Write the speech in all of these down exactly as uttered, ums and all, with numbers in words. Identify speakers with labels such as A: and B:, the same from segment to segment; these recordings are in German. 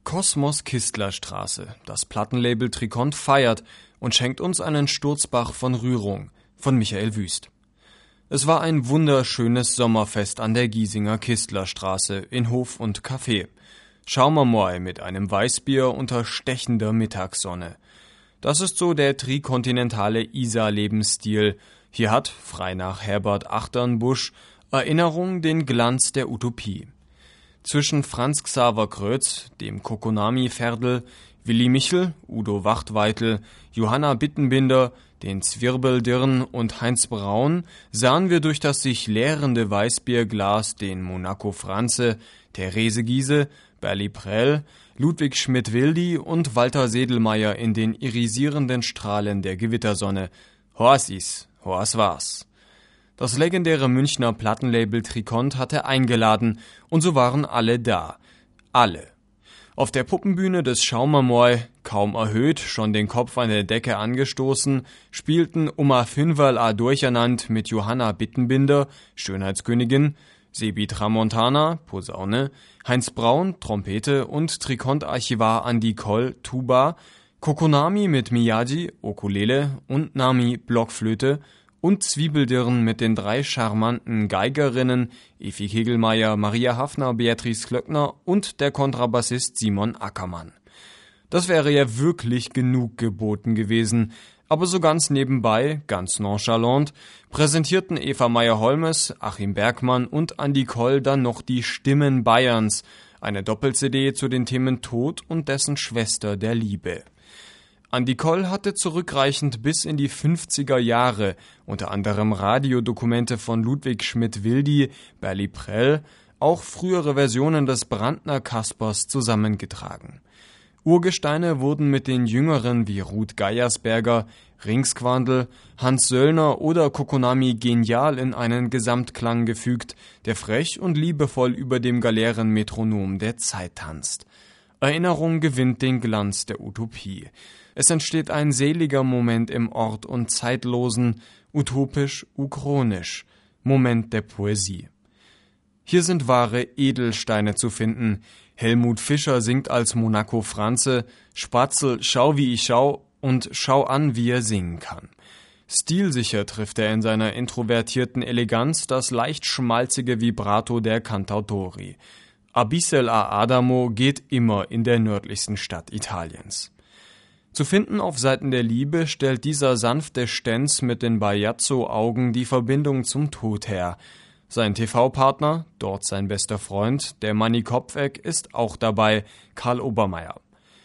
A: Kosmos-Kistler-Straße. Das Plattenlabel Trikont feiert und schenkt uns einen Sturzbach von Rührung von Michael Wüst. Es war ein wunderschönes Sommerfest an der Giesinger Kistlerstraße in Hof und Café. Schaumermoy mit einem Weißbier unter stechender Mittagssonne. Das ist so der trikontinentale Isar-Lebensstil. Hier hat, frei nach Herbert Achternbusch, Erinnerung den Glanz der Utopie. Zwischen Franz Xaver Krötz, dem Kokonami-Ferdl, Willi Michel, Udo Wachtweitel, Johanna Bittenbinder, den Zwirbeldirn und Heinz Braun sahen wir durch das sich leerende Weißbierglas den Monaco Franze, Therese Giehse, Berli Prell, Ludwig Schmidt-Wildy und Walter Sedelmeier in den irisierenden Strahlen der Gewittersonne. Horst is, Horst war's. Das legendäre Münchner Plattenlabel Trikont hatte eingeladen und so waren alle da. Alle. Auf der Puppenbühne des Schaumermoy, kaum erhöht, schon den Kopf an der Decke angestoßen, spielten Oma Fünferl a Durcheinand mit Johanna Bittenbinder, Schönheitskönigin, Sebi Tramontana, Posaune, Heinz Braun, Trompete und Trikont-Archivar Andi Koll, Tuba, Kokonami mit Miyagi, Ukulele und Nami, Blockflöte und Zwiebeldirn mit den drei charmanten Geigerinnen Effi Kegelmeier, Maria Hafner, Beatrice Klöckner und der Kontrabassist Simon Ackermann. Das wäre ja wirklich genug geboten gewesen, aber so ganz nebenbei, ganz nonchalant, präsentierten Eva Meyer-Holmes, Achim Bergmann und Andi Koll dann noch die Stimmen Bayerns, eine Doppel-C D zu den Themen Tod und dessen Schwester der Liebe. Andi Koll hatte zurückreichend bis in die fünfziger Jahre unter anderem Radiodokumente von Ludwig Schmidt-Wildy, Berli Prell, auch frühere Versionen des Brandner Kaspers zusammengetragen. Urgesteine wurden mit den Jüngeren wie Ruth Geiersberger, Ringsquandl, Hans Söllner oder Kokonami genial in einen Gesamtklang gefügt, der frech und liebevoll über dem Galeerenmetronom der Zeit tanzt. Erinnerung gewinnt den Glanz der Utopie. Es entsteht ein seliger Moment im Ort und Zeitlosen, utopisch, uchronisch, Moment der Poesie. Hier sind wahre Edelsteine zu finden. Helmut Fischer singt als Monaco Franze, Spatzel, schau wie ich schau und schau an, wie er singen kann. Stilsicher trifft er in seiner introvertierten Eleganz das leicht schmalzige Vibrato der Cantautori. Abissel a Adamo geht immer in der nördlichsten Stadt Italiens. Zu finden auf Seiten der Liebe stellt dieser sanfte Stenz mit den Bajazzo-Augen die Verbindung zum Tod her. Sein T V-Partner, dort sein bester Freund, der Manni Kopfeck, ist auch dabei, Karl Obermeier.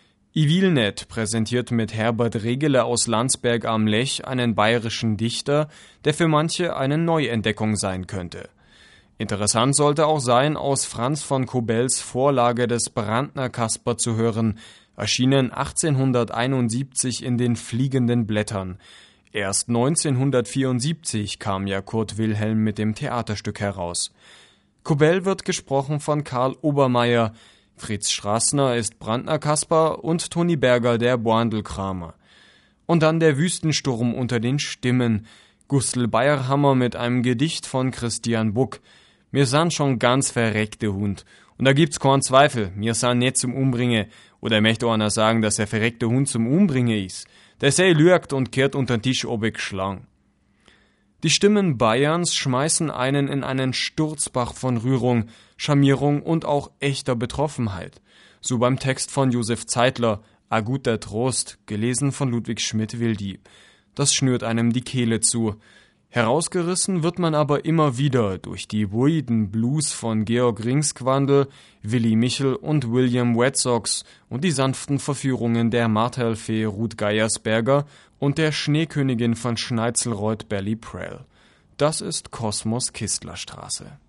A: Iwilnet präsentiert mit Herbert Regele aus Landsberg am Lech einen bayerischen Dichter, der für manche eine Neuentdeckung sein könnte. Interessant sollte auch sein, aus Franz von Kobels Vorlage des Brandner Kasper zu hören, erschienen achtzehnhunderteinundsiebzig in den Fliegenden Blättern. Erst neunzehnhundertvierundsiebzig kam ja Kurt Wilhelm mit dem Theaterstück heraus. Kobel wird gesprochen von Karl Obermeier, Fritz Strassner ist Brandner Kasper und Toni Berger der Boandl-Kramer. Und dann der Wüstensturm unter den Stimmen, Gustl Bayerhammer mit einem Gedicht von Christian Buck. Mir san schon ganz verreckte Hund. Und da gibt's keinen Zweifel, mir san nicht zum Umbringe. Oder möchte einer sagen, dass der verreckte Hund zum Umbringe ist. Der sei lügt und kehrt unter den Tisch obig geschlagen. Die Stimmen Bayerns schmeißen einen in einen Sturzbach von Rührung, Scharmierung und auch echter Betroffenheit. So beim Text von Josef Zeitler, A guter Trost, gelesen von Ludwig Schmidt-Wildy. Das schnürt einem die Kehle zu. Herausgerissen wird man aber immer wieder durch die weirden Blues von Georg Ringsquandl, Willi Michel und William Wetsox und die sanften Verführungen der Martelfee Ruth Geiersberger und der Schneekönigin von Schneitzelreuth Berli Prell. Das ist Kosmos-Kistler-Straße.